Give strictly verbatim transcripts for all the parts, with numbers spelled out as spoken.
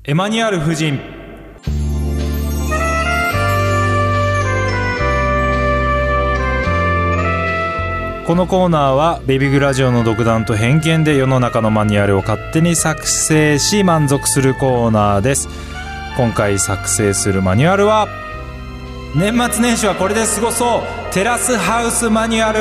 エマニュアル夫人。このコーナーはベビグラジオの独断と偏見で世の中のマニュアルを勝手に作成し満足するコーナーです。今回作成するマニュアルは、年末年始はこれで過ごそうテラスハウスマニュアル。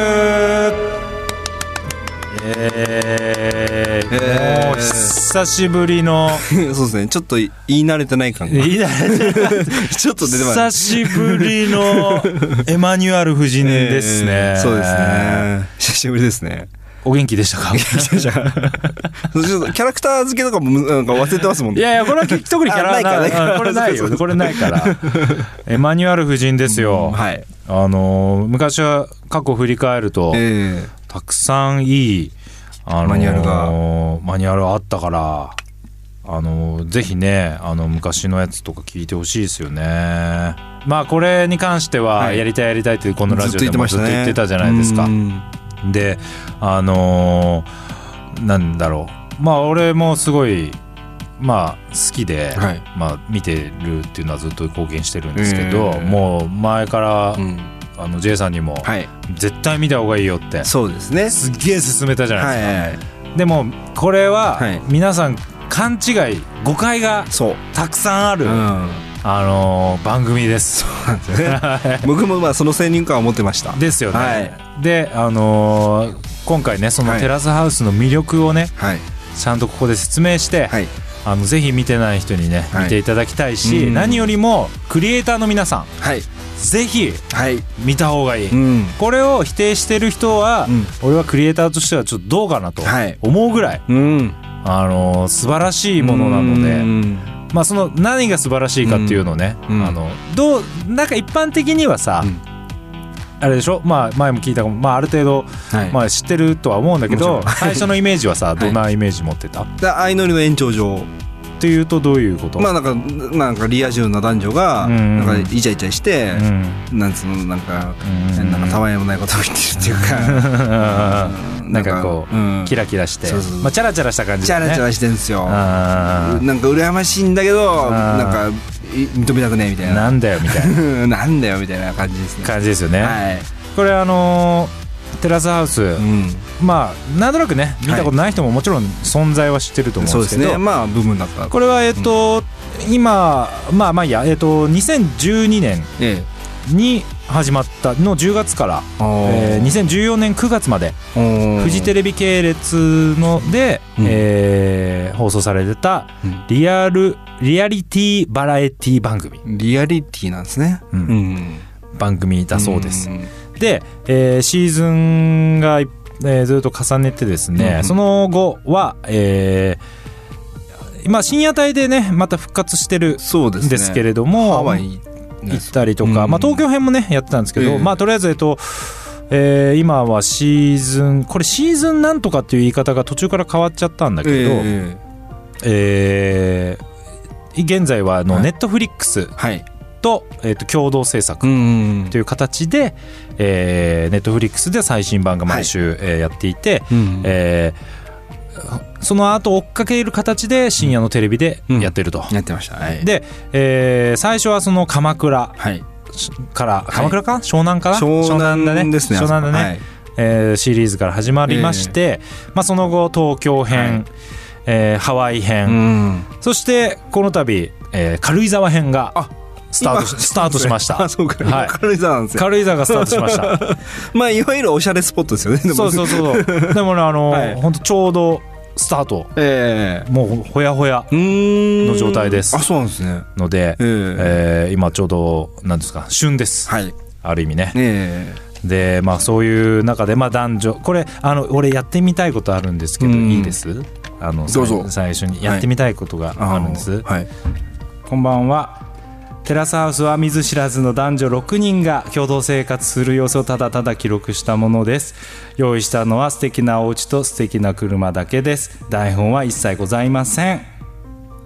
えーえー、もう久しぶりのそうですね、ちょっと言い慣れてない感が言い慣れてないちょっと出てます。 久しぶりのエマニュアル夫人ですね、 えー、そうですね、久しぶりですね。 お元気でしたか？ キャラクター付けとかもなんか忘れてますもんね。 いやいや、これは特にキャラないから、これないよ、これないからエマニュアル夫人ですよ、うん、はい、あの昔は過去振り返ると、えー、たくさんいい、あのー、マニュアルがマニュアルあったから、あのー、ぜひね、あの昔のやつとか聞いてほしいですよね。まあこれに関してはやりたいやりたいってこのラジオでもずっと言ってたじゃないですか。で、あのー、なんだろう、まあ俺もすごいまあ好きで、はい、まあ見てるっていうのはずっと貢献してるんですけど、えー、もう前から、うん、あの J さんにも、はい、絶対見た方がいいよってそうですね、すっげえ勧めたじゃないですか、はいはいはい、でもこれは皆さん勘違い誤解がたくさんある、うん、あのー、番組です。そうなんですよね僕もまあその先入観を持ってましたですよね、はい、で、あのー、今回ねそのテラスハウスの魅力をね、はい、ちゃんとここで説明して、はい、あのぜひ見てない人にね、はい、見ていただきたいし、何よりもクリエイターの皆さん、はい、ぜひ見た方がいい、うん、これを否定してる人は、うん、俺はクリエイターとしてはちょっとどうかなと思うぐらい、はい、うん、あのー、素晴らしいものなので、うん、まあ、その何が素晴らしいかっていうのをね、うん、あのどうなんか一般的にはさ、うん、あれでしょ、まあ、前も聞いたかも、まあ、ある程度、はい、まあ、知ってるとは思うんだけど最初のイメージはさ、はい、どんなイメージ持ってた？ 相乗りの延長上っていうとどういうこと？ まあなんかなんかリア充な男女がなんかイチャイチャして、うん、なんつうのなんか、うん、なんかたわいもないことを言ってるっていうかなんかこう、うん、キラキラして、そうそうそう、まあ、チャラチャラした感じだね。 チャラチャラしてるんですよ。なんか羨ましいんだけどなんか認めたくねえみたいな、 なんだよみたいななんだよみたいな感じですね。 感じですよね、はい、これあのーテラスハウス、うん、まあなんとなくね見たことない人ももちろん存在は知ってると思うんですけど、はい、そうですね、まあ部分だったこれはえっと、うん、今まあまあいいや、えっとにせんじゅうにねんに始まったのじゅうがつから、えー、にせんじゅうよねんくがつまでフジテレビ系列ので、うん、えー、放送されてたリアルリアリティバラエティ番組、 リアリティなんですね、うんうん、 番組だそうです、うん、で、えー、シーズンが、えー、ずっと重ねてですね、うん、その後は、えーまあ、深夜帯でねまた復活してるんですけれども、ハワイ行ったりとか、うん、まあ、東京編もねやってたんですけど、えー、まあとりあえずえっとえー、今はシーズンこれシーズンなんとかっていう言い方が途中から変わっちゃったんだけど、えーえー、現在はあのネットフリックス、はい、と, えー、と共同制作という形で、えー、ネットフリックスで最新版が毎週、はい、えー、やっていて、うん、えー、その後追っかける形で深夜のテレビでやってると、うん、 やってました、はい、 で、えー、最初はその鎌倉から、はい、鎌倉か湘南かな、 湘南だね、 湘南だね、はい、えー、シリーズから始まりまして、えーまあ、その後東京編、はい、えー、ハワイ編、うん、そしてこの度、えー、軽井沢編があスタートし、スタートしました。 あ、そうか、はい、軽井沢なんですよ。 軽井沢がスタートしましたまあいわゆるおしゃれスポットですよね。 そうそうそうでもね、あの、はい、本当ちょうどスタート、えー、もうほやほやの状態です。 あ、そうなんですね。 ので、えーえー、今ちょうどなんですか、旬です、はい、ある意味ね、えー、で、まあ、そういう中で、まあ、男女これあの俺やってみたいことあるんですけどいいです？あのどうぞ。最初にやってみたいことがあるんです、はいはい、こんばんは。テラスハウスは見ず知らずの男女ろくにんが共同生活する様子をただただ記録したものです。用意したのは素敵なお家と素敵な車だけです。台本は一切ございません。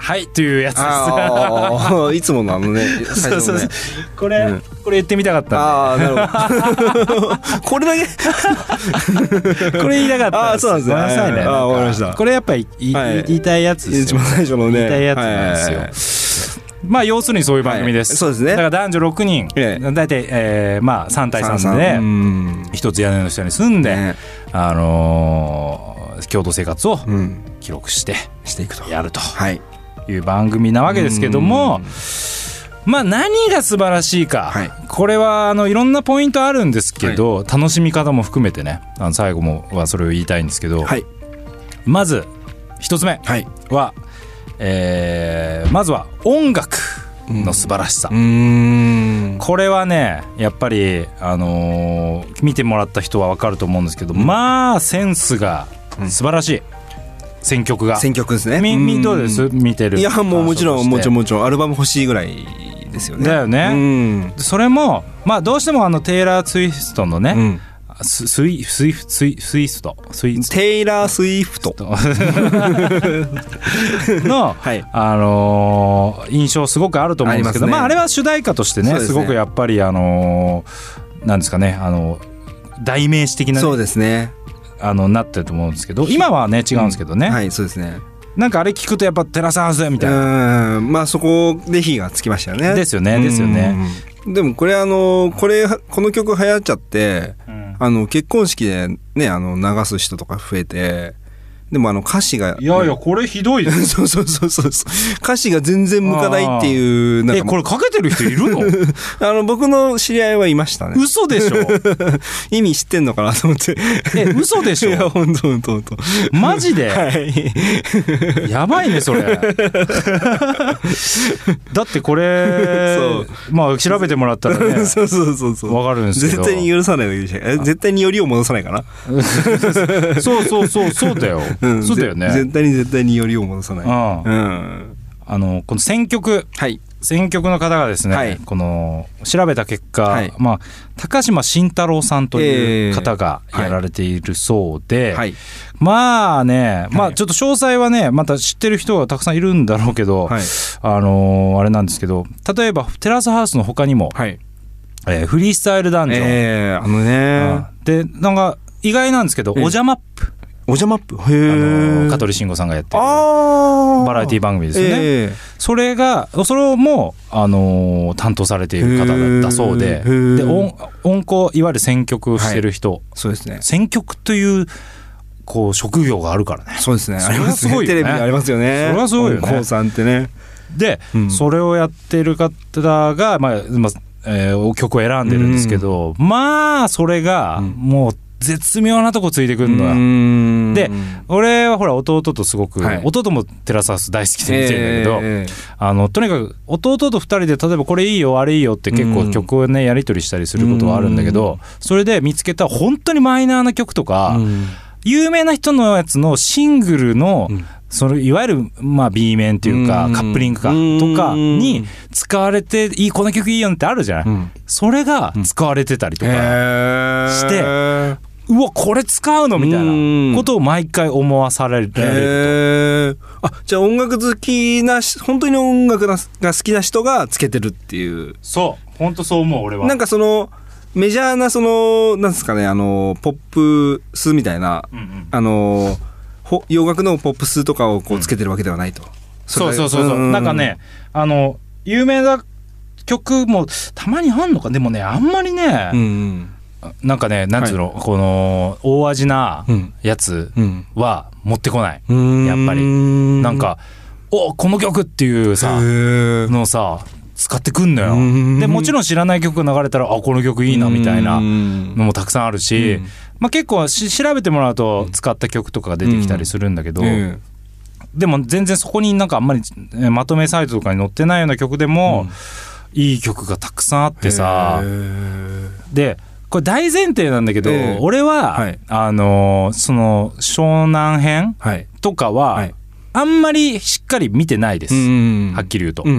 はいというやつです。 あいつものあのね最初のねこれ、うん、これ言ってみたかったんで。 ああなるほどこれだけこれ言いたかったんです。あそうなんですね。ごめんなさいね。 あわかりました。 これやっぱり言い、はい、言いたいやつですよ。 一番最初のね言いたいやつなんですよ、はいはいはい。まあ要するにそういう番組です、 はい、そうですね。 だから男女ろくにん、ええ、だいたい、えー、まあさん対さんで一つ屋根の下に住んで、ね、あのー、共同生活を記録して、 うん、していくとやるという番組なわけですけども、まあ何が素晴らしいか、はい、これはあのいろんなポイントあるんですけど、はい、楽しみ方も含めてね、あの最後もはそれを言いたいんですけど、はい、まず一つ目は、はいえー、まずは音楽の素晴らしさ、うん、これはねやっぱり、あのー、見てもらった人は分かると思うんですけど、うん、まあセンスが素晴らしい、うん、選曲が選曲ですね。 みみどうです見てる。 いやもうもちろんもちろんもちろんアルバム欲しいぐらいですよね。 だよね、うん、それもまあどうしてもあのテイラー・スウィフトのね、うんス, スイスイスイスイストスイテイラー・スウィフトの、はい、あのー、印象すごくあると思うんですけど、 あ,、ねまあ、あれは主題歌として ね, すねすごくやっぱりあのー、なんですかね、あの代名詞的な、ね、 そうですね、 あのなってると思うんですけど、今はね違うんですけどね、 うん、はいそうですね。 なんかあれ聞くとやっぱテラスハウスみたいな、 うんまあそこで火がつきましたよね。 ですよねですよね。 でもこれあのこれこの曲流行っちゃって、うん、あの結婚式でねあの流す人とか増えて、でもあの歌詞がいやいやこれひどいですそうそうそうそう歌詞が全然向かないっていう。なんかえこれかけてる人いるのあの僕の知り合いはいましたね。 嘘でしょ意味知ってんのかなと思って。 え嘘でしょ。いや本当本当本当マジで、はい、やばいねそれだってこれまあ調べてもらったらねそうそうそうそう分かるんですけど、 絶対に許さないわけでしょ。絶対によりを戻さないかなそうそうそうそうだようん、そうだよね。 絶対に絶対によりを戻さない、うんうん、 あのこの選曲、はい、選曲の方がですね、はい、この調べた結果、はいまあ、高島慎太郎さんという方がやられているそうで、えーはい、まあね、まあ、ちょっと詳細はねまた知ってる人がたくさんいるんだろうけど、はい、あのー、あれなんですけど、例えばテラスハウスの他にも、はいえー、フリースタイルダンジョン、 えー、あのねでなんか意外なんですけど、えー、おじゃマップおじゃマップへあの香取慎吾さんがやってるバラエティ番組ですよね、えー、それがそれをもう、あのー、担当されている方だったそうで、で 音, 音効いわゆる選曲してる人、はい、そうですね、選曲というこう職業があるからね。 そうですね、ありますね、テレビにありますよね。 それはすごいよね、 音効さんってね。 で、うん、それをやってる方が、まあまあえー、曲を選んでるんですけど、うん、まあそれがもう絶妙なとこついてくるのよ。で俺はほら弟とすごく、はい、弟もテラスハウス大好きで見てるんだけど、えー、あのとにかく弟とふたりで例えばこれいいよあれいいよって結構曲をねやり取りしたりすることはあるんだけど、それで見つけた本当にマイナーな曲とか有名な人のやつのシングルの、うんそのいわゆるまあ B 面っていうかカップリングかとかに使われていいこの曲いいよってあるじゃない、うん、それが使われてたりとかして、うわこれ使うのみたいなことを毎回思わされると。あじゃあ音楽好きな本当に音楽が好きな人がつけてるっていう。 そう本当そう思う俺は。 なんかそのメジャーなそのなんですかね、あのポップスみたいな、うんうん、あの洋楽のポップスとかをこうつけてるわけではないと、うん、 そ, そうそうそうそう、うん、なんかねあの有名な曲もたまにあんのか。でもねあんまりね、うんうん、なんかねなんつうの、はい、この大味なやつは持ってこない、うん、やっぱりなんかおこの曲っていうさのさ使ってくんのよ。でもちろん知らない曲が流れたらあこの曲いいなみたいなのもたくさんあるし、うんまあ、結構調べてもらうと使った曲とかが出てきたりするんだけど、うんえー、でも全然そこになんかあんまりまとめサイトとかに載ってないような曲でも、うん、いい曲がたくさんあってさ、でこれ大前提なんだけど、えー、俺は、はい、あのその湘南編とかは、はい、あんまりしっかり見てないです、うん、はっきり言うと、うん、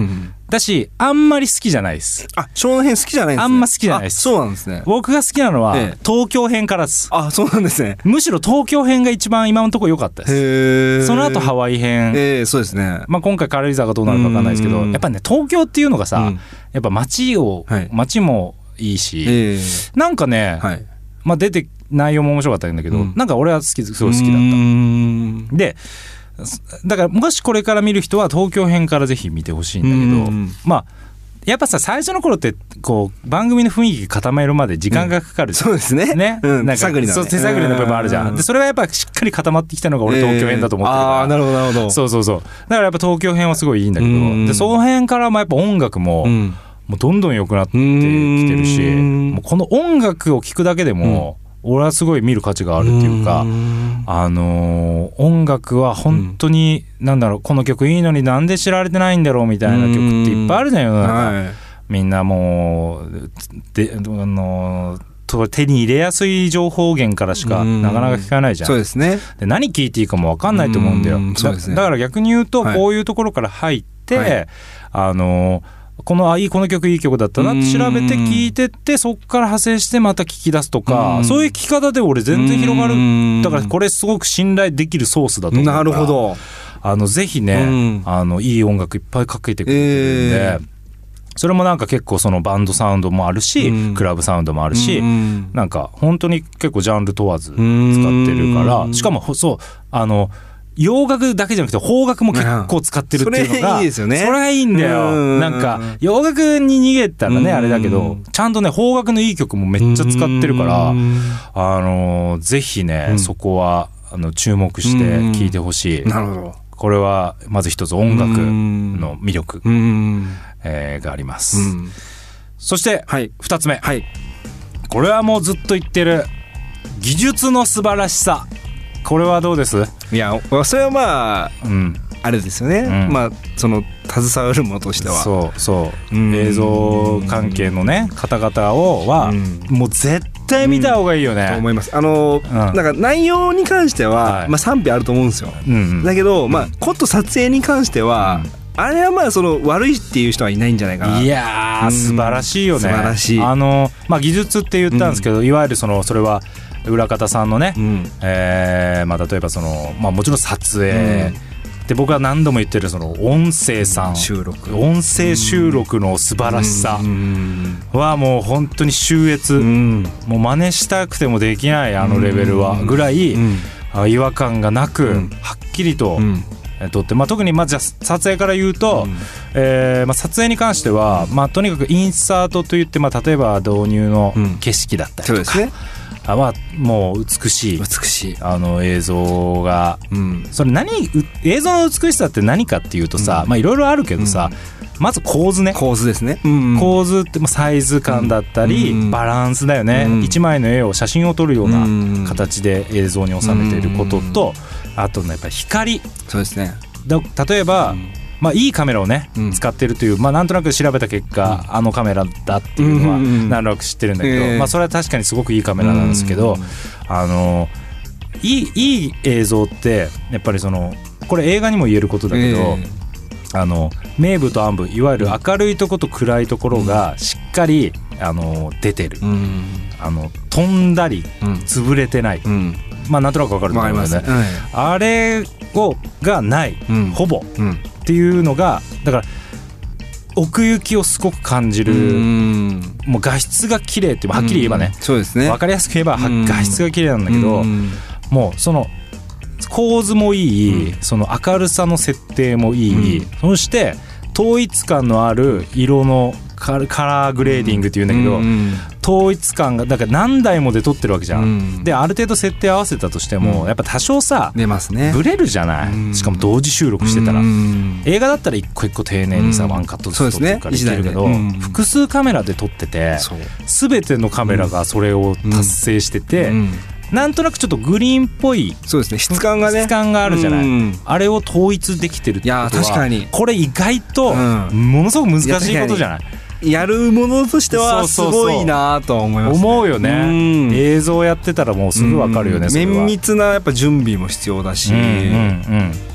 だしあんまり好きじゃないです。 あ、湘南編好きじゃないんですね。 あんま好きじゃないです。 そうなんですね。 僕が好きなのは、ええ、東京編からです。 あ、そうなんですね。 むしろ東京編が一番今のところ良かったです。 へー。 その後ハワイ編、 ええ、そうですね。 まあ、今回軽井沢がどうなるか分かんないですけど、やっぱね東京っていうのがさ、うん、やっぱ街を、はい、街もいいし、えー、なんかね、はい、まあ、出て内容も面白かったんだけど、うん、なんか俺は好き、すごい好きだった。でだからもしこれから見る人は東京編からぜひ見てほしいんだけど、まあやっぱさ最初の頃ってこう番組の雰囲気固めるまで時間がかかるじゃん、 うん、そうですね。 ね、うん、なんか探りのね、 そう手探りの部分あるじゃん。でそれがやっぱしっかり固まってきたのが俺東京編だと思ってるから、 えー、ああなるほどなるほど。 そうそうそう。だからやっぱ東京編はすごいいいんだけど、でその辺からもやっぱ音楽も、うん、もうどんどん良くなってきてるし、もうこの音楽を聴くだけでも、うん、俺はすごい見る価値があるっていうか、うあのー、音楽は本当に、うん、なんだろう、この曲いいのになんで知られてないんだろうみたいな曲っていっぱいあるじゃん世の中、はい、みんなもうで、あのー、手に入れやすい情報源からしかなかなか聞かないじゃん。 そうですね。 で何聞いていいかも分かんないと思うんだよ。 そうですね。 だから逆に言うと、はい、こういうところから入って、はい、あのーこのあいいこの曲いい曲だったなって調べて聴いてってそこから派生してまた聴き出すとか、うそういう聴き方で俺全然広がる。だからこれすごく信頼できるソースだと思うから、 なるほど、 あのぜひね、あのいい音楽いっぱいかけてくれてるんで、えー、それもなんか結構そのバンドサウンドもあるし、うん、クラブサウンドもあるし、うん、なんか本当に結構ジャンル問わず使ってるから、しかもそうあの洋楽だけじゃなくて邦楽も結構使ってるっていうのが、 それいいですよね。 それがいいんだよ。なんか洋楽に逃げたらねあれだけど、ちゃんとね邦楽のいい曲もめっちゃ使ってるから、あのぜひね、うん、そこはあの注目して聴いてほしい。 なるほど。 これはまず一つ音楽の魅力、えー、があります。そして二つ目、はい、これはもうずっと言ってる技術の素晴らしさ。これはどうです？ いやそれはまあ、うん、あれですよね、うん、まあその携わるものとしてはそうそう、うん、映像関係のね方々をは、うん、もう絶対見た方がいいよね、うん、 と思います。あの、うん、なんか内容に関しては、はい、まあ、賛否あると思うんですよ、うんうん、だけど、まあ、コント撮影に関しては、うん、あれはまあその悪いっていう人はいないんじゃないかな。 いやー、うん、素晴らしいよね。 素晴らしい。 あの、まあ、技術って言ったんですけど、うん、いわゆるそのそれは裏方さんのね、うん、えーまあ、例えばその、まあ、もちろん撮影、うん、で僕は何度も言ってるその音声さん、うん、 収録音声収録の素晴らしさはもう本当に秀逸、うん、もう真似したくてもできないあのレベルはぐらい、うん、違和感がなく、うん、はっきりと、うん撮って、まあ、特にまあじゃあ撮影から言うと、うんえーまあ、撮影に関しては、まあ、とにかくインサートといって、まあ、例えば導入の景色だったりとか、うん、そうですね、あまあ、もう美しい、 美しいあの映像が、うん、それ何映像の美しさって何かっていうとさ、うん、まあいろいろあるけどさ、うん、まず構図ね構図ですね、 うんうん、構図ってサイズ感だったり、うん、バランスだよね、うん、一枚の絵を写真を撮るような形で映像に収めていることと、うん、あとねやっぱり光。 そうですね。 だ例えば、うんまあ、いいカメラをね、うん、使ってるという、まあ、なんとなく調べた結果、うん、あのカメラだっていうのはなんとなく知ってるんだけど、えーまあ、それは確かにすごくいいカメラなんですけど、あのいい、いい映像ってやっぱりそのこれ映画にも言えることだけど、えー、あの明部と暗部いわゆる明るいところと暗いところがしっかりあの出てる、うん、あの飛んだり潰れてない、うん、まあなんとなく分かると思うんだよね、はい、あれをがない、うん、ほぼ、うん、っていうのがだから奥行きをすごく感じる。うんもう画質が綺麗ってはっきり言えばね、 そうですね、 分かりやすく言えば画質が綺麗なんだけど、もうその構図もいい、その明るさの設定もいい、うん、そして統一感のある色のカラーグレーディングっていうんだけど、うん、統一感がだから何台もで撮ってるわけじゃん、うん、である程度設定合わせたとしても、うん、やっぱ多少さ出ますね、 ブレるじゃない、うん、しかも同時収録してたら、うん、映画だったら一個一個丁寧にさ、うん、ワンカットずつ撮ってるからいけるけど、うん、複数カメラで撮ってて全てのカメラがそれを達成してて、うんうんなんとなくちょっとグリーンっぽいそうですね質感がね質感があるじゃない、うん、あれを統一できてるってことは、いや確かにこれ意外とものすごく難しいことじゃない、 やるものとしてはすごいなと思いますね。 思うよね、うん、映像やってたらもうすぐ分かるよね、うん、それは綿密なやっぱ準備も必要だし、うんうんうん、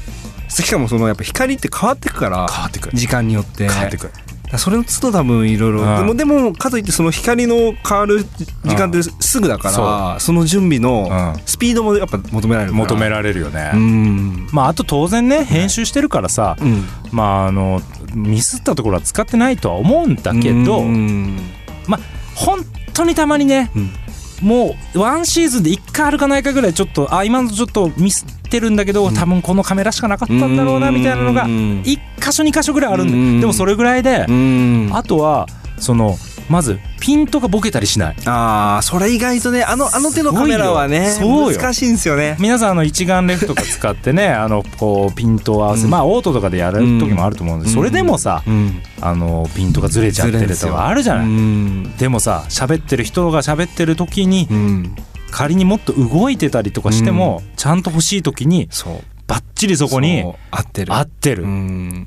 しかもそのやっぱ光って変わってくから変わってく時間によって変わってくそれの都度多分いろいろでもでもかといってその光の変わる時間ってすぐだから、うん、その準備のスピードもやっぱ求められるから求められるよね。うんまああと当然ね編集してるからさ、はいうん、まああのミスったところは使ってないとは思うんだけどまあ本当にたまにね、うんもうワンシーズンでいっかいあるかないかぐらいちょっとあ今のちょっとミスってるんだけど多分このカメラしかなかったんだろうなみたいなのがいっ箇所に箇所ぐらいあるんだよ。でもそれぐらいであとはそのまずピントがボケたりしない。 ああそれ意外とねあのあの手のカメラはね難しいんですよね。 皆さんあの一眼レフとか使ってねあのこうピントを合わせ、うん、まあオートとかでやる時もあると思うんで、うん、それでもさ、うん、あのピントがずれちゃってるとかあるじゃない。うん、でもさ喋ってる人が喋ってる時に、うん、仮にもっと動いてたりとかしても、うん、ちゃんと欲しい時にバッチリそこに合ってる合ってる、うん、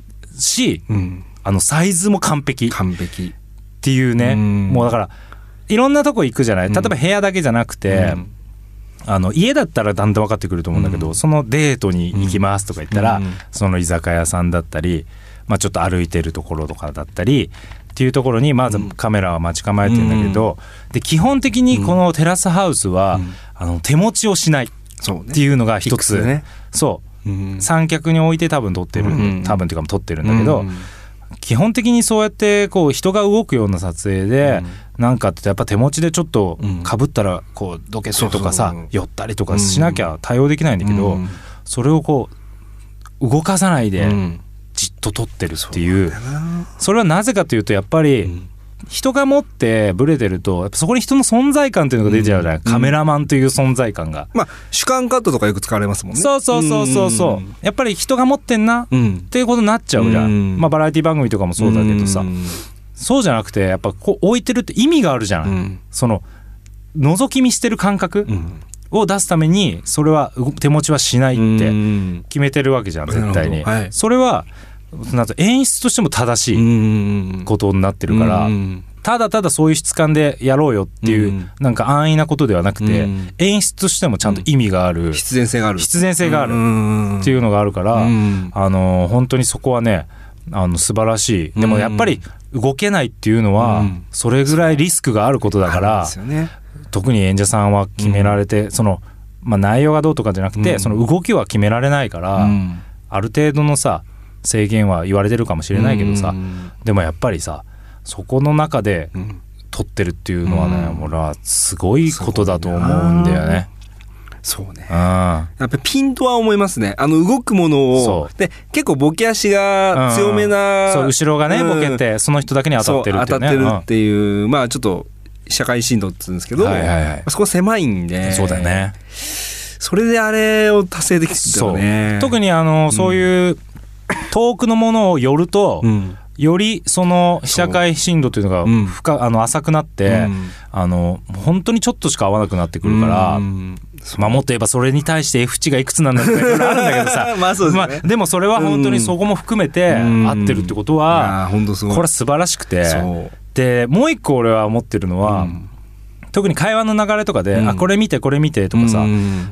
し、うん、あのサイズも完璧完璧っていうね、うん、もうだからいろんなとこ行くじゃない。例えば部屋だけじゃなくて、うん、あの家だったらだんだん分かってくると思うんだけど、うん、そのデートに行きますとか言ったら、うん、その居酒屋さんだったり、まあ、ちょっと歩いてるところとかだったりっていうところにまずカメラは待ち構えてるんだけど、うん、で基本的にこのテラスハウスは、うん、あの手持ちをしないっていうのが一つ、ね、そう、うん、三脚に置いて多分撮ってる、うん、多分っていうか撮ってるんだけど、うん基本的にそうやってこう人が動くような撮影で、うん、なんかってやっぱ手持ちでちょっとかぶったらこうどけてとかさ、うん、寄ったりとかしなきゃ対応できないんだけど、うん、それをこう動かさないでじっと撮ってるっていう、うん、それはなぜかというとやっぱり、うん人が持ってブレてるとやっぱそこに人の存在感っていうのが出ちゃうじゃない、うん、カメラマンという存在感が、 まあ主観カットとかよく使われますもんね。 そうそうそうそうそう、うん、やっぱり人が持ってんな、うん、っていうことになっちゃうじゃん、うん、まあバラエティ番組とかもそうだけどさ、うん、そうじゃなくてやっぱこう置いてるって意味があるじゃない、うん、その覗き見してる感覚、うんを出すためにそれは手持ちはしないって決めてるわけじゃん絶対に、はい、それはなんか演出としても正しいことになってるからただただそういう質感でやろうよっていうなんか安易なことではなくて演出としてもちゃんと意味がある必然性がある必然性があるっていうのがあるからあの本当にそこはねあの素晴らしい。でもやっぱり動けないっていうのはそれぐらいリスクがあることだから特に演者さんは決められてそのまあ内容がどうとかじゃなくてその動きは決められないからある程度のさ制限は言われてるかもしれないけどさでもやっぱりさそこの中で撮ってるっていうのはね俺はすごいことだと思うんだよね。 そうねやっぱりピントは思いますね。あの動くものをで結構ボケ足が強めな、 うん、そう後ろがね、うん、ボケてその人だけに当たってるっていうね当たってるっていう、うん、まあちょっと社会振動って言うんですけど、はいはいはい、そこ狭いんでそうだよねそれであれを達成できるんだよね。 特にあの、うん、そういう遠くのものを寄ると、うんよりその被写界深度というのが深、うん、あの浅くなって、うん、あの本当にちょっとしか合わなくなってくるから、うん、まあもっと言えばそれに対して F 値がいくつなんだとかいろいろあるんだけどさまあそうですね、まあ、 でもそれは本当にそこも含めて合ってるってことは、うん、これは素晴らしくてでもう一個俺は思ってるのは、うん、特に会話の流れとかで、うん、あこれ見てこれ見てとかさ、うん、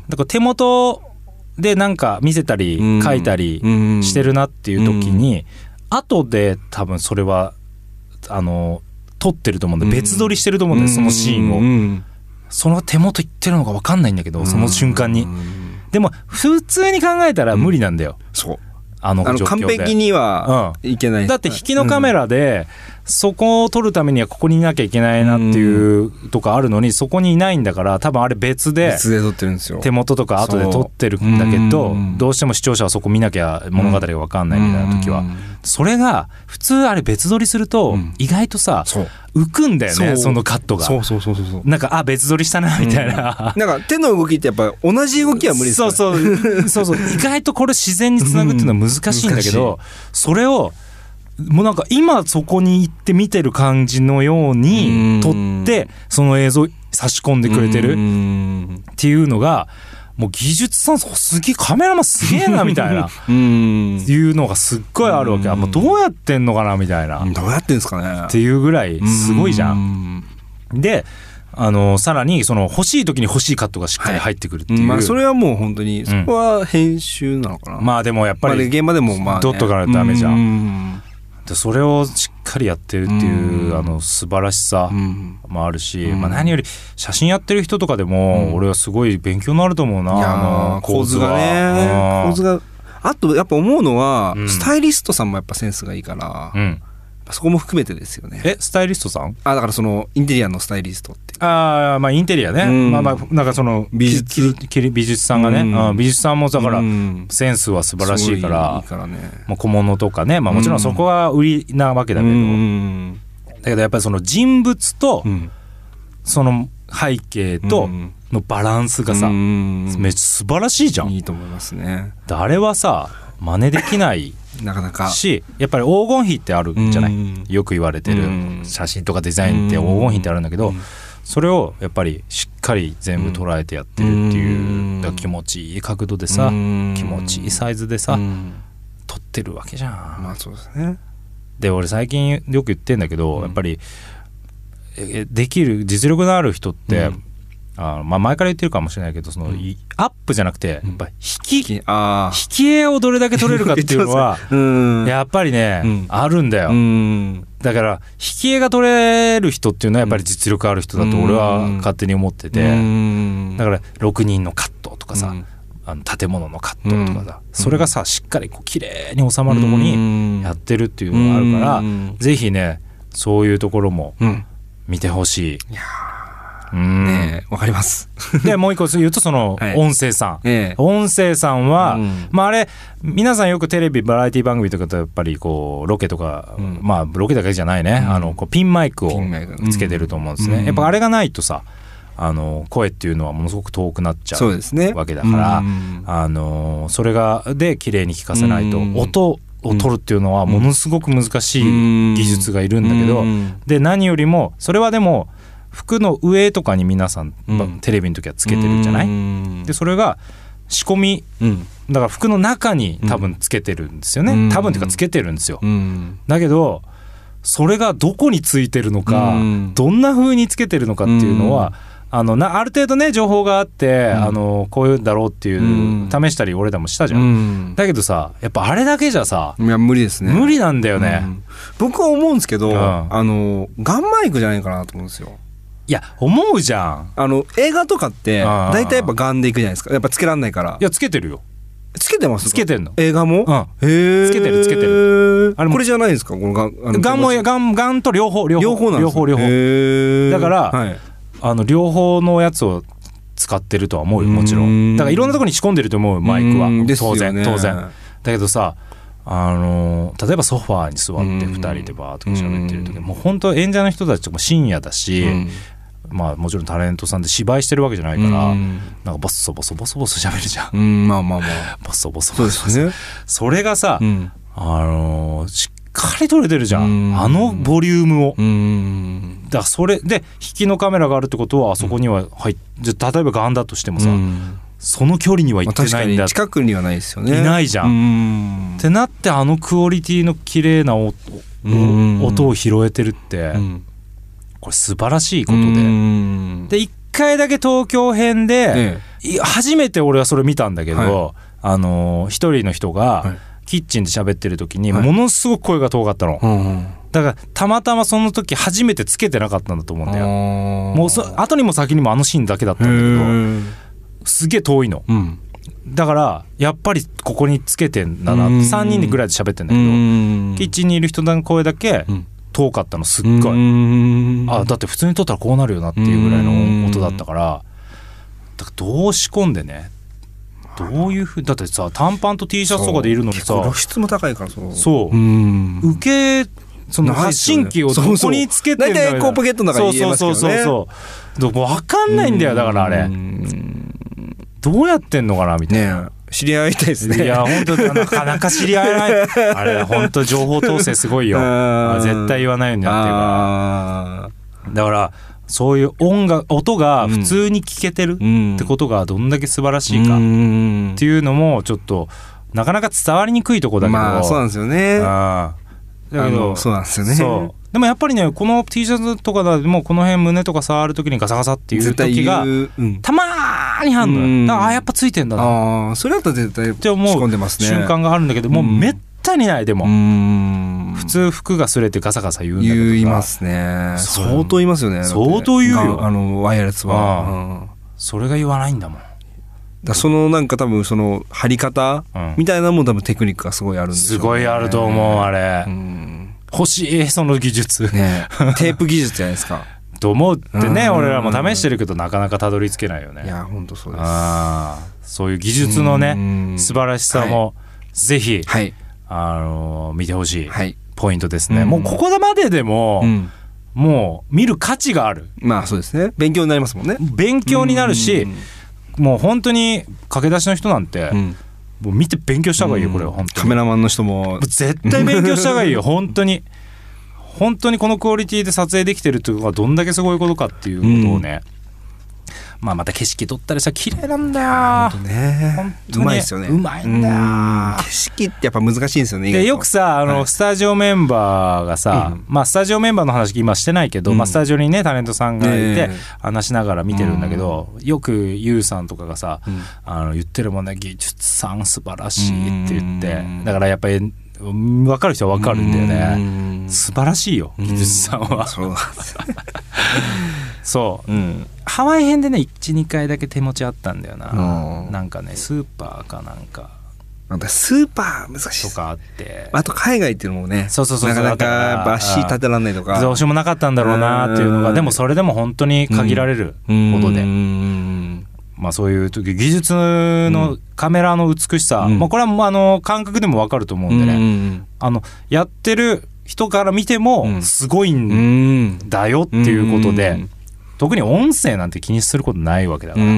だから手元でなんか見せたり書いたりしてるなっていう時に、うん後で多分それはあの撮ってると思うんで別撮りしてると思うんだよそのシーンを、うん、その手元いってるのか分かんないんだけどその瞬間にでも普通に考えたら無理なんだよ、うん、 そうあの状況で完璧にはいけない、うん、 だって引きのカメラでそこを撮るためにはここにいなきゃいけないなっていうとかあるのにそこにいないんだから多分あれ別で別で撮ってるんですよ。 手元とか後で撮ってるんだけどどうしても視聴者はそこ見なきゃ物語が分かんないみたいな時はそれが普通あれ別撮りすると意外とさ浮くんだよね そ, そのカットがそうそうそうそうなんかあ別撮りしたなみたいな、 うん、なんか手の動きってやっぱ同じ動きは無理ですからそうそうそうそう意外とこれ自然につなぐっていうのは難しいんだけど、うん、それをもうなんか今そこに行って見てる感じのように撮ってその映像差し込んでくれてるっていうのがもう技術さんすげえカメラマンすげえなみたいないうのがすっごいあるわけ。あもうどうやってんのかなみたいなどうやってんですかねっていうぐらいすごいじゃん。であのさらにその欲しい時に欲しいカットがしっかり入ってくるっていう、はい、 まあ、それはもう本当にそこは編集なのかな、 うん、まあでもやっぱり現場でもまあ、ね、 ドットからダメじゃん、うん、でそれをしっかりやってるっていう、うん、あの素晴らしさもあるし、うん、まあ、何より写真やってる人とかでも、うん、俺はすごい勉強になると思うな、 いやあの構図がね、構図があとやっぱ思うのは、うん、スタイリストさんもやっぱセンスがいいから、うん、そこも含めてですよね。 えスタイリストさん？ あだからそのインテリアのスタイリストってああまあインテリアね、うん、まあまあなんかその美術美術さんがね、うん、美術さんもだからセンスは素晴らしいから、うん、いいからね、まあ、小物とかね、まあ、もちろんそこは売りなわけだけど、うん、だけどやっぱりその人物とその背景とのバランスがさ、うん、めっちゃ素晴らしいじゃん。 いいと思いますね。 あれはさ真似できないなかなかし、やっぱり黄金比ってあるじゃない、よく言われてる写真とかデザインって黄金比ってあるんだけど、それをやっぱりしっかり全部捉えてやってるっていう、だから気持ちいい角度でさ、気持ちいいサイズでさ撮ってるわけじゃん。 まあそうですね。 で俺最近よく言ってんだけど、やっぱりできる実力のある人って、うん、あまあ前から言ってるかもしれないけど、その、うん、アップじゃなくてやっぱ引き、うん、あ引き絵をどれだけ撮れるかっていうのはやっぱりね、うん、あるんだよ、うん、だから引き絵が撮れる人っていうのはやっぱり実力ある人だと俺は勝手に思ってて、うん、だからろくにんのカットとかさ、うん、あの建物のカットとかさ、うん、それがさしっかりこう綺麗に収まるところにやってるっていうのがあるから、うん、ぜひねそういうところも見てほしい。いやうんねえわかります。 でもう一個言うとその音声さん、はいええ、音声さんは、うん、まああれ皆さんよくテレビバラエティ番組とかとやっぱりこうロケとか、うん、まあロケだけじゃないね、うん、あのこうピンマイクをつけてると思うんですね、うん、やっぱあれがないとさあの声っていうのはものすごく遠くなっちゃうわけだから、ね、あのそれがで綺麗に聞かせないと、うん、音を取るっていうのはものすごく難しい技術がいるんだけど、うん、で何よりもそれはでも服の上とかに皆さん、うん、テレビの時はつけてるじゃない、うん、でそれが仕込み、うん、だから服の中に多分つけてるんですよね、うん、多分っていうかつけてるんですよ、うん、だけどそれがどこについてるのか、うん、どんな風につけてるのかっていうのは、うん、あのなある程度ね情報があって、うん、あのこういうんだろうっていう、うん、試したり俺らもしたじゃん、うん、だけどさやっぱあれだけじゃさいや無理ですね。 無理なんだよね、うん、 僕は思うんですけど、うん、あのガンマイクじゃないかなと思うんですよ。 いや思うじゃん。 あの映画とかって大体やっぱガンでいくじゃないですか。やっぱつけらんないから。 いやつけてるよ。 つけてますか？ つけてんの。 映画も？ うん、へえ。つけてるつけてる。 あれこれじゃないですか？このガンあのガンもガンガンと両方両方両方なんです、ね、 両方両方。 へだから、 はい、 あの両方のやつを使ってるとは思うよもちろん。だからいろんなところに仕込んでると思うマイクは当然、ね、当然。だけどさ。あの例えばソファーに座ってふたりでバーッと喋ってる時、もう本当演者の人たちとも深夜だし、まあもちろんタレントさんで芝居してるわけじゃないから、なんかボソボソボソボソ喋るじゃん。 うん、まあまあまあボソボソボソボソ。 そうですね。 それがさ、うん、あのしっかり撮れてるじゃん。あのボリュームを。うんだからそれで引きのカメラがあるってことはあそこには入っ、じゃ例えばガンだとしてもさ。うんその距離には行ってないんだ、まあ、確かに近くにはないですよね。 いないじゃん。うんってなってあのクオリティの綺麗な 音, 音を拾えてるって、うん、これ素晴らしいことで、うんで一回だけ東京編で、ええ、初めて俺はそれ見たんだけど、はい、あの一人の人がキッチンで喋ってる時にものすごく声が遠かったの、はい、だからたまたまその時初めてつけてなかったんだと思うんだよ。もうそ後にも先にもあのシーンだけだったんだけどすげえ遠いの、うん、だからやっぱりここにつけてんだなってさんにんでぐらいで喋ってんだけどキッチンにいる人の声だけ遠かったのすっごい。あだって普通に撮ったらこうなるよなっていうぐらいの音だったから、だからどう仕込んでねどういうふうだってさ短パンと T シャツとかでいるのにさ露出も高いからそうそう受けその発信機をどこにつけてるんだよ。 大体こうポケットの中に入れますけどね。そうそうそうそう分かんないんだよだからあれどうやってんのかなみたいな、 ね、知り合いたいですね。 いや本当なかなか知り合えないあれ本当情報統制すごいよ絶対言わないようになってるからだからそういう音楽音が普通に聞けてるってことがどんだけ素晴らしいかっていうのもちょっとなかなか伝わりにくいとこだけど、 まあそうなんですよね。 あだけどそうなんですよね。 そうでもやっぱりねこの T シャツとかでもこの辺胸とか触るときにガサガサっていう時が、うん、たまーにあるのよ。だからあやっぱついてんだな、 あそれだったら絶対って思う仕込んでますね瞬間があるんだけど、もうめったにない。でもうん普通服が擦れてガサガサ言うんだけど言いますね。相当言いますよね。 相当言うよあのワイヤレスは、うん、 それが言わないんだもん。 だそのなんか多分その貼り方みたいなもん多分テクニックがすごいあるんですよね。 すごいあると思うあれ、うん、欲しいその技術、 ね、テープ技術じゃないですかと思ってね俺らも試してるけどなかなかたどり着けないよね。 いや本当そうです。 あそういう技術のね素晴らしさもぜひ、はい、あの見てほしいポイントですね、はい、もうここまででも、うん、もう見る価値がある。 まあそうですね勉強になりますもんね。 勉強になるしもう本当に駆け出しの人なんて、うん、もう見て勉強した方がいいよこれは。本当にカメラマンの人も絶対勉強した方がいいよ本当に本当にこのクオリティで撮影できてるっていうのがどんだけすごいことかっていうことをね、うん、まあまた景色撮ったりしたら綺麗なんだよ。 本当ね本当にうまいですよね。 うまいんだよ。 景色ってやっぱ難しいんですよね。 でよくさあの、はい、スタジオメンバーがさ、うん、まあスタジオメンバーの話今してないけど、うんまあ、スタジオにねタレントさんがいて、ね、話しながら見てるんだけど、うん、よくユウさんとかがさ、うん、あの言ってるもんね技術さん素晴らしいって言って、うん、だからやっぱり分かる人は分かるんだよね。素晴らしいよ技術さんは。そうそう、うん、ハワイ編でね いちにかいだけ手持ちあったんだよな。なんかねスーパーかなんかなんかスーパー難しいとかあって、 あと海外っていうのもねそうそうそうそうなかなか足立てらんないとかどうしようもなかったんだろうなっていうのが、でもそれでも本当に限られることで、うんうんまあ、そういう時技術のカメラの美しさ、うんまあ、これはもうあの感覚でも分かると思うんでね、うん、あのやってる人から見てもすごいんだよっていうことで、うん、特に音声なんて気にすることないわけだから、うん、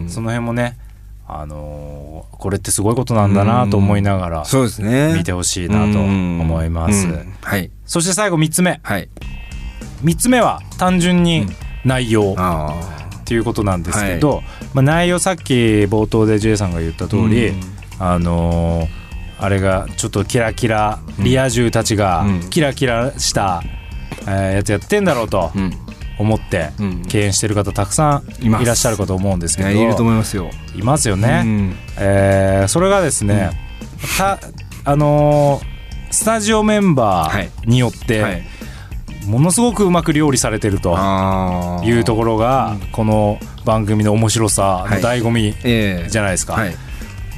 その辺もね、あのー、これってすごいことなんだなと思いながら見てほしいなと思います、うんうんはい、そして最後みっつめ、はい、みっつめは単純に内容、うんっていうことなんですけど、はいまあ、内容さっき冒頭で J さんが言った通り、うん、あのー、あれがちょっとキラキラリア充たちがキラキラした、うんえー、やつやってんだろうと思って敬遠してる方たくさんいらっしゃるかと思うんですけど、 いると思いますよ。 いますよね、うんえー、それがですね、うん、たあのー、スタジオメンバーによって、はいはいものすごくうまく料理されてるというところがこの番組の面白さの醍醐味じゃないですか、はいえーはい、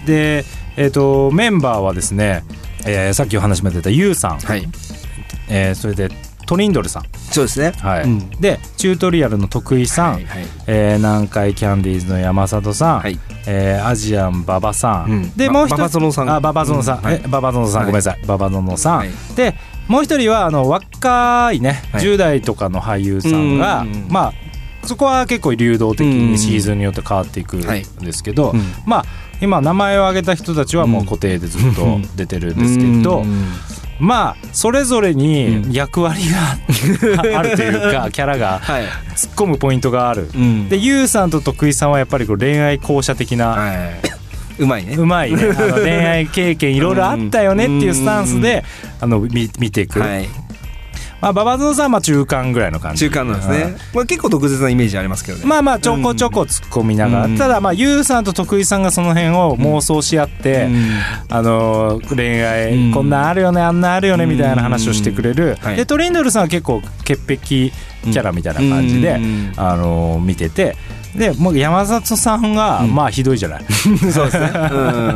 で、えーと、メンバーはですね、えー、さっきお話も出たユウさん、はいえー、それでトリンドルさんそうですね、 はいうん、でチュートリアルの徳井さん、はいはいえー、南海キャンディーズの山里さん、はいえー、アジアン馬場さん、うん、でもう一つ馬場園さんあ馬場園さん、うんはい、え馬場園さん、はい、ごめんなさい馬場園さん、はい、でもう一人はあの若いね、はい、じゅう代とかの俳優さんがまあそこは結構流動的にシーズンによって変わっていくんですけど、はいうん、まあ今名前を挙げた人たちはもう固定でずっと出てるんですけど、まあそれぞれに役割があるというかキャラが突っ込むポイントがある、でユウさんと徳井さんはやっぱりこう恋愛校舎的な、はいうまいねうまいねあの恋愛経験いろいろあったよねっていうスタンスであの 見, 見ていく、はいまあ、ババゾノさんはまあ中間ぐらいの感じ中間なんですね、まあ、結構毒舌なイメージありますけどね。 まあまあちょこちょこ突っ込みながら、うん、ただまあユウさんと徳井さんがその辺を妄想し合って、うん、あの恋愛、うん、こんなんあるよねあんなあるよねみたいな話をしてくれる、うんはい、でトリンドルさんは結構潔癖キャラみたいな感じで、あの見ててでもう山里さんが、うん、まあひどいじゃない、 そうですね、うん、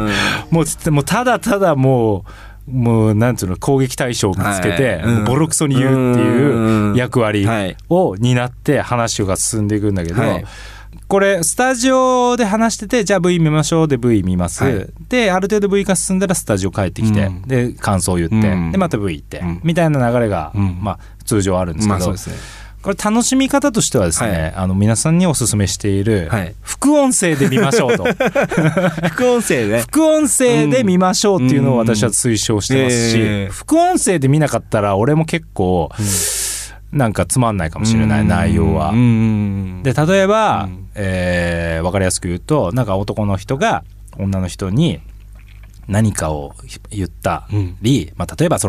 もうもうただただもうもうなんつうの攻撃対象を見つけて、はい、ボロクソに言うっていう役割を担って話が進んでいくんだけど、はい、これスタジオで話しててじゃあ V 見ましょうで V 見ます、はい、である程度 V が進んだらスタジオ帰ってきて、うん、で感想を言って、うん、でまた V 行って、うん、みたいな流れが、うんまあ、通常あるんですけど、まあそうですね、これ楽しみ方としてはですね、はい、あの皆さんにお勧めしている、はい、副音声で見ましょうと副音声ね副音声で見ましょうっていうのを私は推奨してますし、うんえー、副音声で見なかったら俺も結構、うん、なんかつまんないかもしれない、うん、内容は、うん、で例えば、うんえー、分かりやすく言うとなんか男の人が女の人に何かを言ったり、うんまあ、例えばその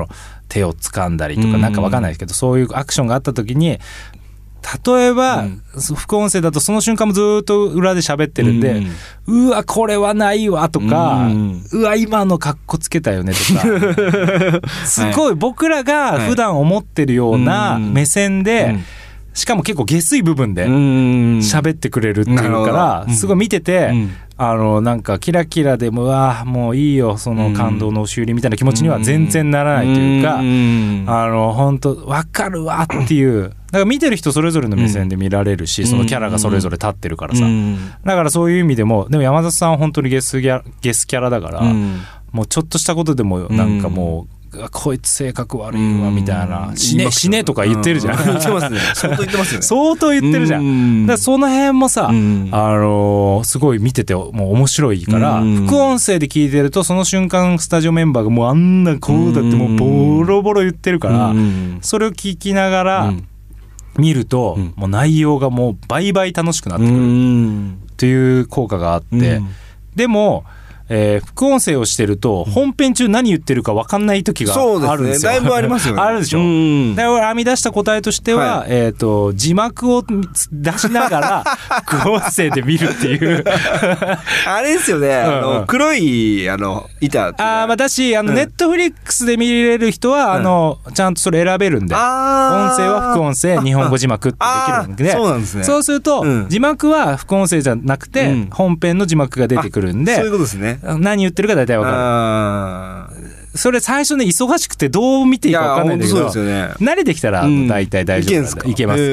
手を掴んだりとかなんか分かんないですけど、そういうアクションがあった時に例えば、うん、副音声だとその瞬間もずっと裏で喋ってるんで、うん、うわこれはないわとか、うん、うわ今のカッコつけたよねとかすごい僕らが普段思ってるような目線で、はい、しかも結構下水部分で喋ってくれるっていうからすごい見てて、うん、あのなんかキラキラでもうわもういいよその感動の押し売りみたいな気持ちには全然ならないというか、あの本当分かるわっていうだから見てる人それぞれの目線で見られるし、そのキャラがそれぞれ立ってるからさ、だからそういう意味でもでも山里さんは本当にゲスギャゲスキャラだから、もうちょっとしたことでもなんかもうこいつ性格悪いわみたいな、死ね死ねとか言ってるじゃん。 言ってますね。相当言ってますよね。 相当言ってるじゃん。だからその辺もさ、あのー、すごい見ててもう面白いから、副音声で聞いてるとその瞬間スタジオメンバーがもうあんなこうだってもうボロボロ言ってるから、それを聞きながら見ると、もう内容がもう倍々楽しくなってくるっていう効果があって、でもえー、副音声をしてると本編中何言ってるか分かんない時があるんですよ。そうですね、 だいぶありますよね。 あるでしょ。うんだから編み出した答えとしては、はい、えーと、字幕を出しながら副音声で見るっていうあれですよね、あの、うんうん、黒いあの板ってあ、まあ、だしあの、うん、ネットフリックスで見れる人は、うん、あのちゃんとそれ選べるんで、音声は副音声日本語字幕ってできるんで、 そうなんですね。 そうすると、うん、字幕は副音声じゃなくて、うん、本編の字幕が出てくるんで、 そういうことですね。 何言ってるか大体わかる。それ最初ね忙しくてどう見ていいか分かんないんだけど、ね、慣れてきたら大体大丈夫なんで、うん、いけます。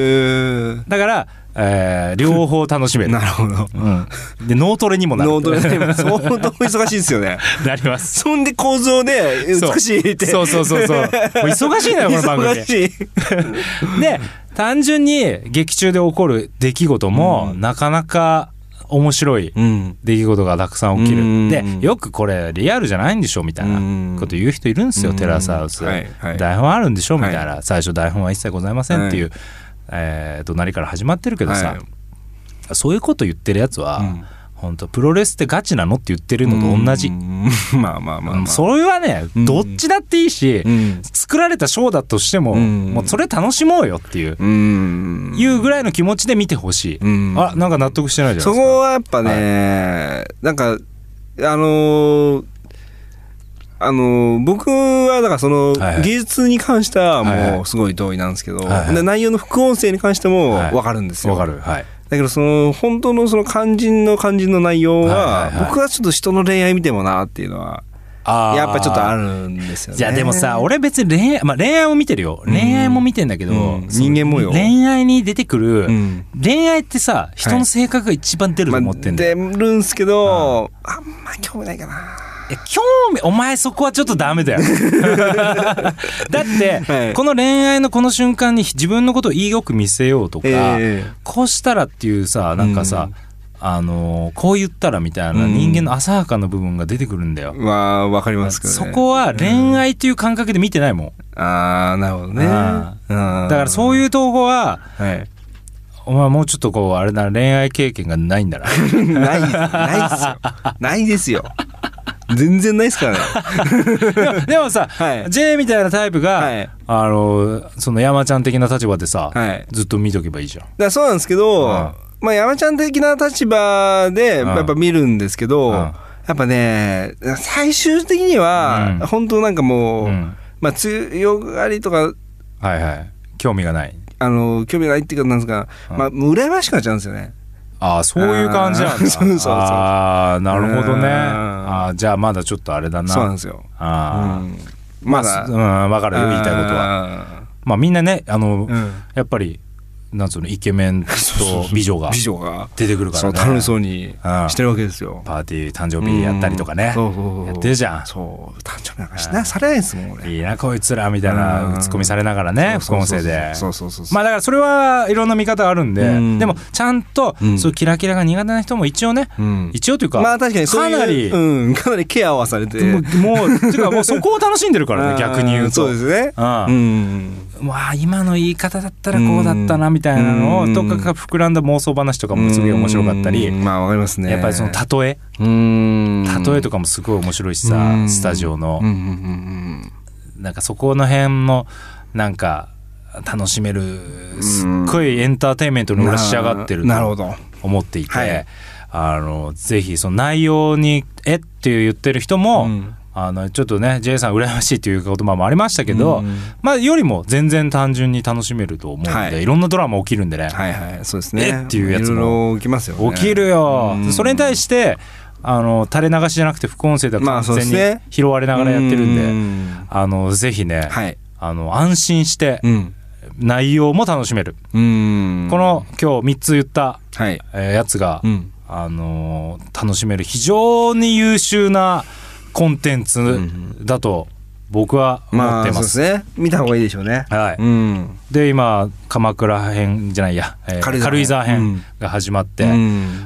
だから、えー、両方楽しめる。 なるほど、 うん、で脳トレにもなる。 脳トレにも相当忙しいですよね。 なります。 そんで構造で美しいってそうそうそうそうもう忙しいのよこの番組。 忙しいで単純に劇中で起こる出来事も、うん、なかなか面白い出来事がたくさん起きる、うん、でよくこれリアルじゃないんでしょみたいなこと言う人いるんですよ、うん、テラスハウス、はいはい、台本あるんでしょみたいな、はい、最初台本は一切ございませんっていう、はいえー、怒鳴りから始まってるけどさ、はい、そういうこと言ってるやつは、うん本当プロレスってガチなのって言ってるのと同じ。 まあまあまあ、まあ、 それはね、うん、どっちだっていいし、うん、作られたショーだとしても、うん、もうそれ楽しもうよっていう、うん、いうぐらいの気持ちで見てほしい、うん、あなんか納得してないじゃないですか。 そこはやっぱね、はい、なんかあのーあの僕はだからその技術に関してはもうすごい同意なんですけど、はいはい、で内容の副音声に関しても分かるんですよ。 分かる、はいだけどその本当のその肝心の肝心の内容は僕はちょっと人の恋愛見てもなっていうのはやっぱちょっとあるんですよね。 じゃあでもさ俺別に恋愛、まあ、恋愛も見てるよ、うん、恋愛も見てんだけど、うん、 人間もよ恋愛に出てくる、うん、恋愛ってさ人の性格が一番出ると思ってんだよ、 まあ、出るんすけど、うん、あんま興味ないかな。 興味お前そこはちょっとダメだよだって、はい、この恋愛のこの瞬間に自分のことをいいよく見せようとか、えー、こうしたらっていうさなんかさ、うん、あのこう言ったらみたいな人間の浅はかな部分が出てくるんだよ、 うん、まあわかりますけどね。 そこは恋愛っていう感覚で見てないもん、 うん、ああなるほどね。 だからそういうとこは、はいお前もうちょっとこうあれだ恋愛経験がないんだなないですないですよないですよ全然ないですからねでも、でもさ、はい、J みたいなタイプが、はい、あのその山ちゃん的な立場でさ、はい、ずっと見とけばいいじゃん。だからそうなんですけど、うん、まあ山ちゃん的な立場でやっぱ見るんですけど、うん、やっぱね最終的には、うん、本当なんかもう、うん、まあ強がりとかはいはい興味がないあの興味がないっていうかなんですか、うん、まあ羨ましくなっちゃうんですよね。 ああそういう感じなんだ。そうそうそうああなるほどね。 ああじゃあまだちょっとあれだな。 そうなんですよ。 あ、うん、まだ、まあ、うん、分かるよ言いたいことは。まあみんなねあの、うん、やっぱりなんつうのイケメンと美女が出てくるからね。 そう楽しそうにしてるわけですよ。 パーティー誕生日やったりとかね、そうそうそうやってるじゃん。 そう誕生日なんかしなされないですもん俺。 いいなこいつらみたいなツッコミされながらね副音声で。 そうそうそうまあだからそれはいろんな見方あるんで、うん、でもちゃんと、うん、そういうキラキラが苦手な人も一応ね、うん、一応というかまあ確かにそういうかなり、うん、かなりケアはされてもうもうていうかもうそこを楽しんでるからね逆に言うと。 そうですね。うん。 うんわあ今の言い方だったらこうだったなみたいなのをとかか膨らんだ妄想話とかもすごい面白かったり、 まあわかりますね。 やっぱりその例え例えとかもすごい面白いしさスタジオのなんかそこの辺のなんか楽しめるすっごいエンターテインメントに俺仕上がってると思っていて、はい、あのぜひその内容にえって言ってる人も、うん、あのちょっとね J さん羨ましいという言葉もありましたけど、うん、まあよりも全然単純に楽しめると思うんで、はい、いろんなドラマ起きるんでね、 はいはい、そうですね、 えっていうやつも起きますよね、 起きるよ、うん、それに対してあの垂れ流しじゃなくて副音声で完全に拾われながらやってるんで、まあそうですね、あのぜひね、はい、あの安心して、うん、内容も楽しめる、うん、この今日みっつ言った、はいえー、やつが、うんあのー、楽しめる非常に優秀なコンテンツだと僕は思ってます、まあ、そうですね、見た方がいいでしょうね、 はいうん、で今鎌倉編じゃないや、えー、軽井沢編が始まって、うん、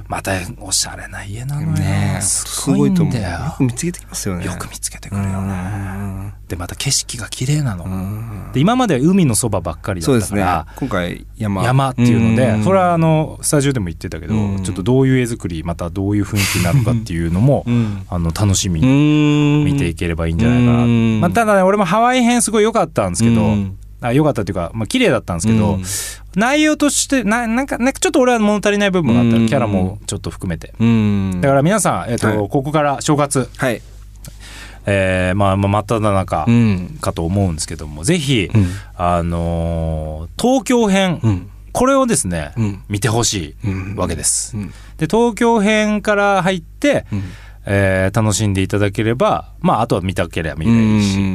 またおしゃれな家なのよ、ね、すごいんだよ、よく見つけてきますよね、 よく見つけてくるよね、でまた景色が綺麗なので、今までは海のそばばっかりだったから、 ね、今回 山, 山っていうので、それはあのスタジオでも言ってたけど、ちょっとどういう絵作りまたどういう雰囲気になるかっていうのもあの楽しみに見ていければいいんじゃないかな、まあ、ただね俺もハワイ編すごい良かったんですけど、あ良かったっていうか、まあ綺麗だったんですけど、内容としてななんかなんかちょっと俺は物足りない部分があった、キャラもちょっと含めて、だから皆さん、えーとはい、ここから正月、はいえーまあ、まあ真っ只中かと思うんですけども、うん、ぜひ、うんあのー、東京編、うん、これをですね、うん、見てほしいわけです、うんうん、で東京編から入って、うんえー、楽しんでいただければ、まあ、あとは見たければ見ればいいし、うん、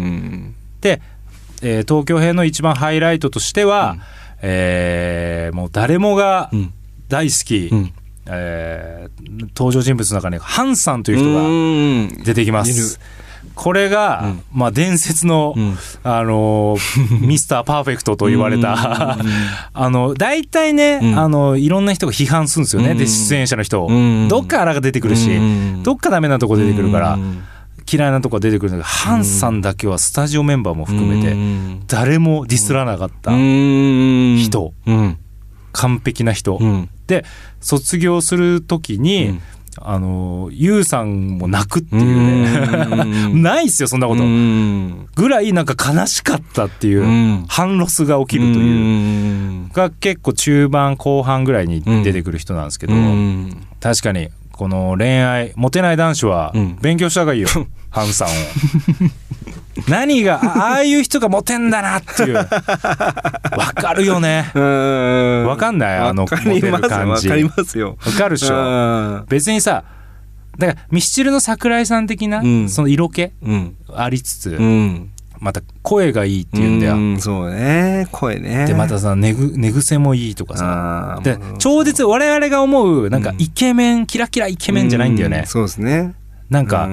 で、えー、東京編の一番ハイライトとしては、うんえー、もう誰もが大好き、うんえー、登場人物の中にハンさんという人が出てきます。これが、うんまあ、伝説の、うん、あのミスターパーフェクトと言われたあの大体ね、うん、あのいろんな人が批判するんですよね、うん、で出演者の人、うん、どっか荒が出てくるし、うん、どっかダメなとこ出てくるから、うん、嫌いなとこ出てくるんだけど、ハンさんだけはスタジオメンバーも含めて誰もディスらなかった人、うん、完璧な人、うん、で卒業する時に、うんあのユウさんも泣くっていうねないっすよそんなことぐらいなんか悲しかったっていう反ロスが起きるというが結構中盤後半ぐらいに出てくる人なんですけど、確かにこの恋愛モテない男子は勉強した方がいいよ、ハンさんを何が あ, ああいう人がモテんだなっていうわかるよね、わかんないあのモテる感じ、 わかりますよ、 わかるでしょ。別にさだからミスチルの桜井さん的な、うん、その色気、うん、ありつつ、うん、また声がいいっていうんだよ、うん、 そうね声ねでまたさ寝ぐ寝癖もいいとかさで超絶我々が思うなんかイケメン、うん、キラキライケメンじゃないんだよね、 うん、そうですねなんか、うん、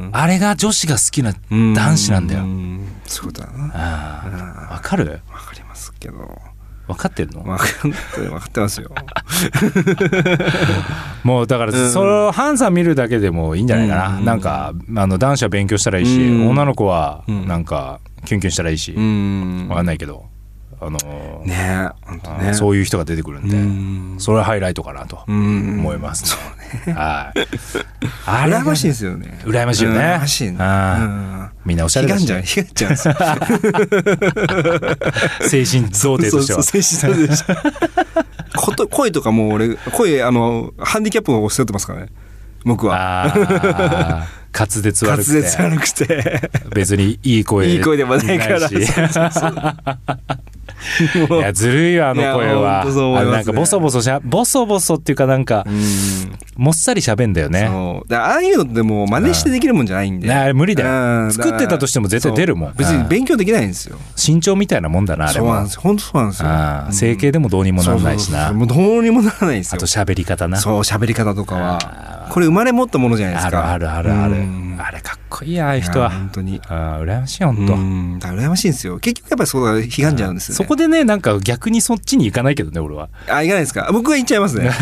あれが女子が好きな男子なんだよ、うん、 そうだなわかる？ わかりますけど分かってんの？ 分かって分かってますよもうだからそのハンさん見るだけでもいいんじゃないかな、うん、なんかあの男子は勉強したらいいし、うん、女の子はなんかキュンキュンしたらいいし、うん、分かんないけどあのーねえね、 そういう人が出てくるんで、うん、それはハイライトかなと思います、 ね、そうねはいあれ羨ましいですよね羨ましいよね羨ましいね、 あみんなおしゃれだしひがんじゃうひがんじゃうんです精神贈呈としてはそうそう精神贈呈としてこと声とかも俺声あのハンディキャップを背負ってますからね僕はあ滑舌悪くて滑舌悪くて別にいい声いい声でもないからそうそうそういやずるいよあの声は、ね、あれなんかボソボソしゃボソボソっていうかなんかもっさりしゃべんだよね。 そうだああいうのってもう真似してできるもんじゃないんで、 あれ無理だよ。作ってたとしても絶対出るもん。 別に勉強できないんですよ。 身長みたいなもんだなあれも。 そうなんです本当そうなんですよ。 あ整形でもどうにもならないしな。 そうそうそうもうどうにもならないんですよ。 あと喋り方な。 そう喋り方とかはこれ生まれ持ったものじゃないですか。 あるあるあるある。あれかっこいいやああいう人は。 本当に。 あ羨ましい本当。 うんだ羨ましいんですよ。結局やっぱりそうだひがんじゃうんですよね。 そこでねなんか逆にそっちに行かないけどね俺は。 あ行かないですか。僕は行っちゃいますね。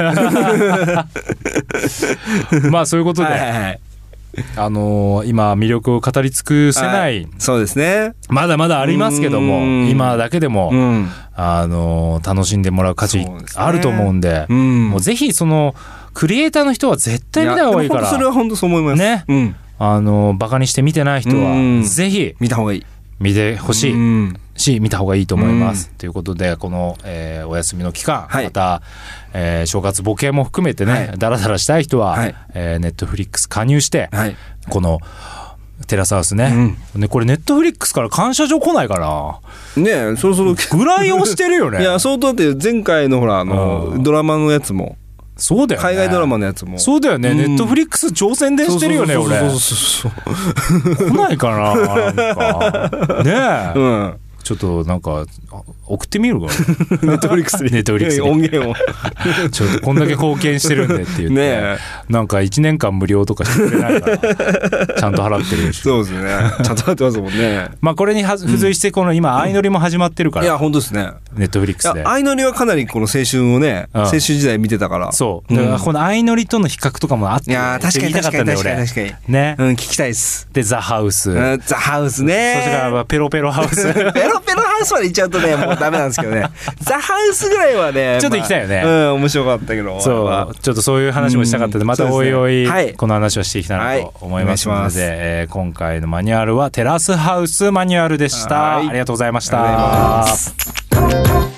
まあそういうことで、はいはいはい、あのー、今魅力を語り尽くせない、はい、 そうですねまだまだありますけども今だけでも、うん、あのー、楽しんでもらう価値あると思うんで、うん、もうぜひそのクリエイターの人は絶対見た方がいいからそれは本当そう思いますね、うん、あのー、バカにして見てない人は、うん、ぜひ見た方がいい見見てほしい、うん、し見た方がいいと思います、うん、ということでこの、えー、お休みの期間、はい、また、えー、正月ボケも含めてね、はい、ダラダラしたい人は、はい、えー、ネットフリックス加入して、はい、このテラスハウスね、うん、ねこれネットフリックスから感謝状来ないかなねえそろそろぐらい押してるよねいや相当だって前回のほらあの、うん、ドラマのやつもそうだよね海外ドラマのやつもそうだよね、うん、ネットフリックス挑戦でしてるよね俺そうそうそうそう来ないかななんかねえ、うんちょっとなんか送ってみるかなネットフリックスにネットフリックスに音源をちょっとこんだけ貢献してるんでって言ってねなんかいちねんかん無料とかしてくれないからちゃんと払ってるしそうですねちゃんと払ってますもんねまあこれに付随してこの今相乗りも始まってるから、 うん、いや本当ですねネットフリックスで相乗りはかなりこの青春をね、うん、青春時代見てたからそうだからこの相乗りとの比較とかもあって、 いや確かに確かに確かに確かにね、 うん、聞きたいですでザハウス、うん、 ザハウスねそしてからペロペロハウスペロペロハウスまで行っちゃうとねもうダメなんですけどねザハウスぐらいはねちょっと行きたいよね、 まあ、うん面白かったけどそうちょっとそういう話もしたかったのでまたおいおいこの話をしていきたいなと思いますので、はいえー、今回のマニュアルはテラスハウスマニュアルでした。ありがとうございました。